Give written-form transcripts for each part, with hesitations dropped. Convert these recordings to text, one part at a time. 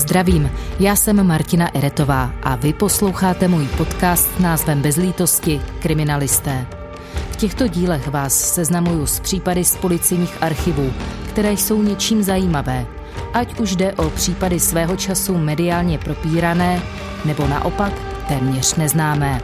zdravím, já jsem Martina Eretová a vy posloucháte můj podcast s názvem Bez lítosti kriminalisté. V těchto dílech vás seznamuju s případy z policejních archivů, které jsou něčím zajímavé, ať už jde o případy svého času mediálně propírané, nebo naopak téměř neznámé.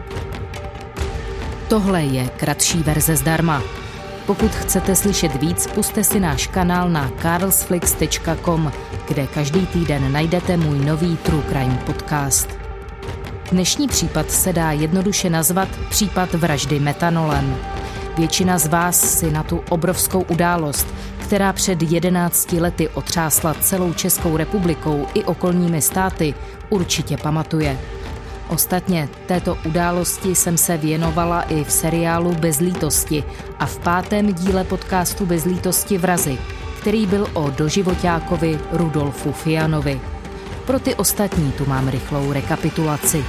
Tohle je kratší verze zdarma. Pokud chcete slyšet víc, pusťte si náš kanál na carlsflix.com, kde každý týden najdete můj nový True Crime podcast. Dnešní případ se dá jednoduše nazvat případ vraždy metanolem. Většina z vás si na tu obrovskou událost, která před 11 lety otřásla celou Českou republikou i okolními státy, určitě pamatuje. Ostatně této události jsem se věnovala i v seriálu Bez lítosti a v 5. díle podcastu Bez lítosti vrazi, který byl o doživoťákovi Rudolfu Fianovi. Pro ty ostatní tu mám rychlou rekapitulaci.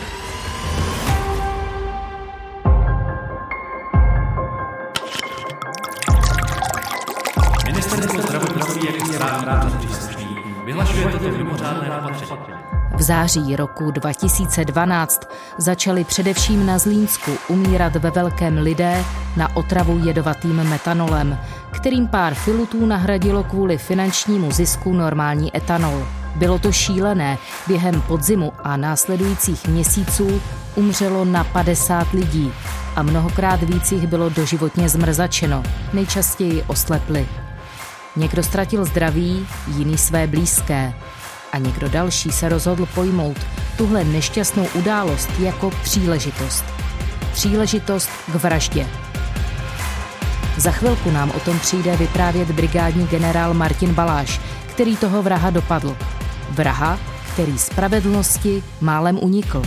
Ministerstvo zdravotnictví jako státní příslušný vyhlašuje toto mimořádné opatření. V září roku 2012 začali především na Zlínsku umírat ve velkém lidé na otravu jedovatým metanolem, kterým pár filutů nahradilo kvůli finančnímu zisku normální etanol. Bylo to šílené, během podzimu a následujících měsíců umřelo na 50 lidí a mnohokrát víc jich bylo doživotně zmrzačeno, nejčastěji oslepli. Někdo ztratil zdraví, jiný své blízké. A někdo další se rozhodl pojmout tuhle nešťastnou událost jako příležitost. Příležitost k vraždě. Za chvilku nám o tom přijde vyprávět brigádní generál Martin Baláš, který toho vraha dopadl. Vraha, který spravedlnosti málem unikl.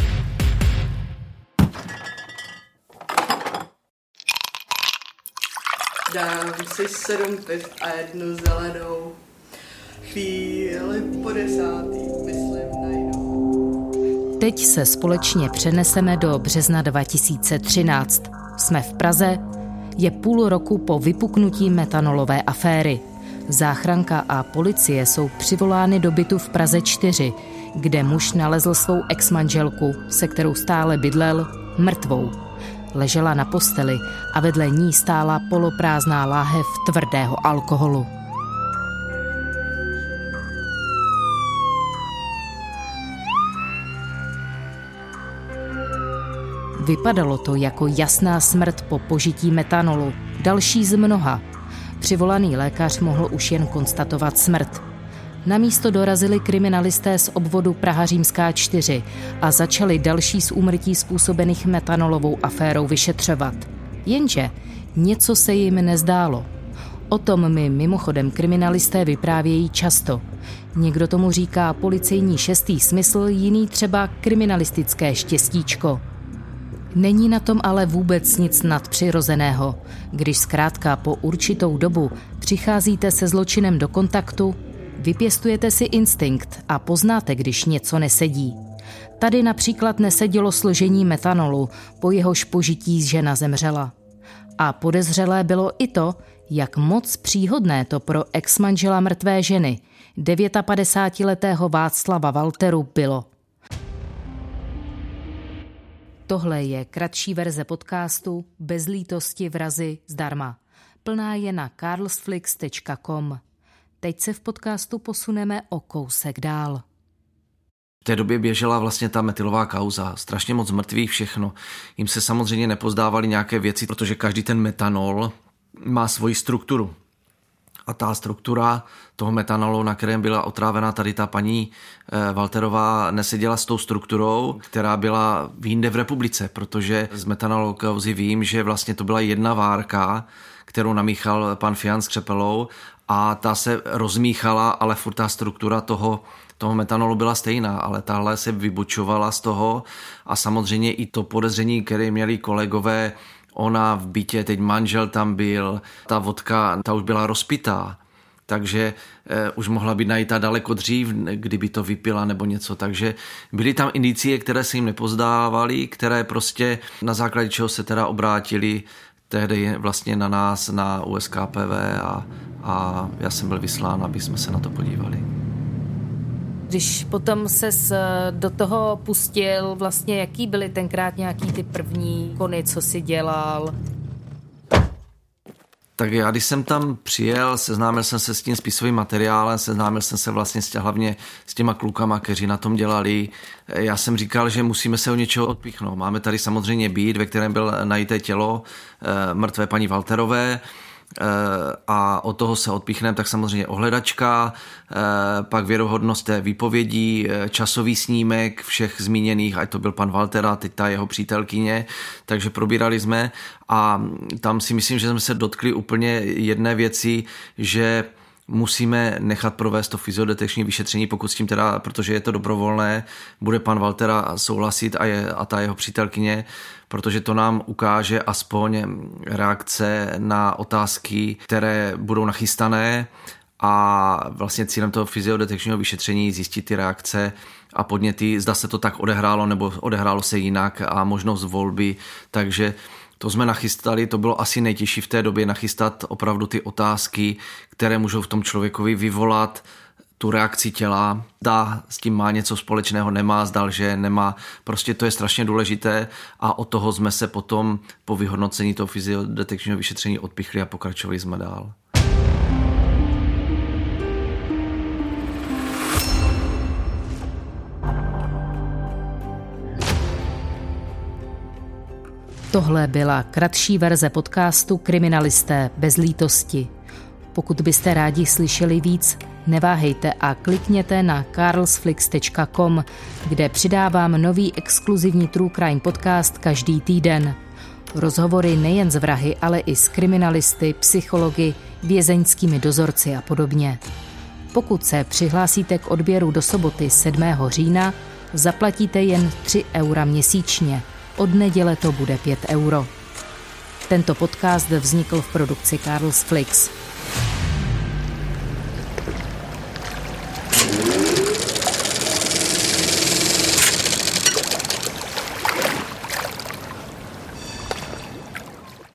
Dám si 7 piv a 1 zelenou. Chvíli po 10. myslím na jinou. Teď se společně přeneseme do března 2013. Jsme v Praze, je půl roku po vypuknutí metanolové aféry. Záchranka a policie jsou přivolány do bytu v Praze 4, kde muž nalezl svou exmanželku, se kterou stále bydlel, mrtvou. Ležela na posteli a vedle ní stála poloprázdná láhev tvrdého alkoholu. Vypadalo to jako jasná smrt po požití metanolu, další z mnoha. Přivolaný lékař mohl už jen konstatovat smrt. Na místo dorazili kriminalisté z obvodu Praha Římská 4 a začali další z úmrtí způsobených metanolovou aférou vyšetřovat. Jenže něco se jim nezdálo. O tom mi mimochodem kriminalisté vyprávějí často. Někdo tomu říká policejní šestý smysl, jiný třeba kriminalistické štěstíčko. Není na tom ale vůbec nic nadpřirozeného. Když zkrátka po určitou dobu přicházíte se zločinem do kontaktu, vypěstujete si instinkt a poznáte, když něco nesedí. Tady například nesedělo složení metanolu, po jehož požití žena zemřela. A podezřelé bylo i to, jak moc příhodné to pro exmanžela mrtvé ženy, 59letého Václava Walteru, bylo. Tohle je kratší verze podcastu Bez lítosti vrazi zdarma. Plná je na carlsflix.com. Teď se v podcastu posuneme o kousek dál. V té době běžela vlastně ta metylová kauza, strašně moc mrtvých, všechno. Jim se samozřejmě nepozdávaly nějaké věci, protože každý ten metanol má svoji strukturu. A ta struktura toho metanolu, na kterém byla otrávena tady ta paní Walterová, neseděla s tou strukturou, která byla jinde v republice, protože z metanolové kauzy vím, že vlastně to byla jedna várka, kterou namíchal pan Fian s křepelou a ta se rozmíchala, ale furt ta struktura toho metanolu byla stejná, ale tahle se vybučovala z toho a samozřejmě i to podezření, které měli kolegové, ona v bytě, teď manžel tam byl, ta vodka, ta už byla rozpitá, takže už mohla být najítá daleko dřív, kdyby to vypila nebo něco, takže byly tam indicie, které se jim nepozdávaly, které prostě na základě čeho se teda obrátili tehdy vlastně na nás, na USKPV a já jsem byl vyslán, aby jsme se na to podívali. Když potom ses do toho pustil, vlastně jaký byly tenkrát nějaký ty první kony, co jsi dělal? Tak já, když jsem tam přijel, seznámil jsem se s tím spisovým materiálem, seznámil jsem se vlastně hlavně s těma klukama, kteří na tom dělali. Já jsem říkal, že musíme se o něčeho odpíchnout. Máme tady samozřejmě byt, ve kterém byl najité tělo mrtvé paní Walterové, a od toho se odpíchneme, tak samozřejmě ohledačka, pak věrohodnost té výpovědí, časový snímek všech zmíněných, ať to byl pan Walter a teď ta jeho přítelkyně, takže probírali jsme a tam si myslím, že jsme se dotkli úplně jedné věci, že musíme nechat provést to fyziodetekční vyšetření, pokud s tím teda, protože je to dobrovolné, bude pan Waltera souhlasit a ta jeho přítelkyně, protože to nám ukáže aspoň reakce na otázky, které budou nachystané a vlastně cílem toho fyziodetekčního vyšetření zjistit ty reakce a podněty, zda se to tak odehrálo nebo odehrálo se jinak a možnost volby, takže to jsme nachystali, to bylo asi nejtěžší v té době nachystat opravdu ty otázky, které můžou v tom člověkovi vyvolat tu reakci těla, zda s tím má něco společného, nemá, zdal, že nemá. Prostě to je strašně důležité a od toho jsme se potom po vyhodnocení toho fyziodetekčního vyšetření odpichli a pokračovali jsme dál. Tohle byla kratší verze podcastu Kriminalisté bez lítosti. Pokud byste rádi slyšeli víc, neváhejte a klikněte na carlsflix.com, kde přidávám nový exkluzivní True Crime podcast každý týden. Rozhovory nejen s vrahy, ale i s kriminalisty, psychologi, vězeňskými dozorci a podobně. Pokud se přihlásíte k odběru do soboty 7. října, zaplatíte jen 3 € měsíčně. Od neděle to bude 5 €. Tento podcast vznikl v produkci Carlsflix.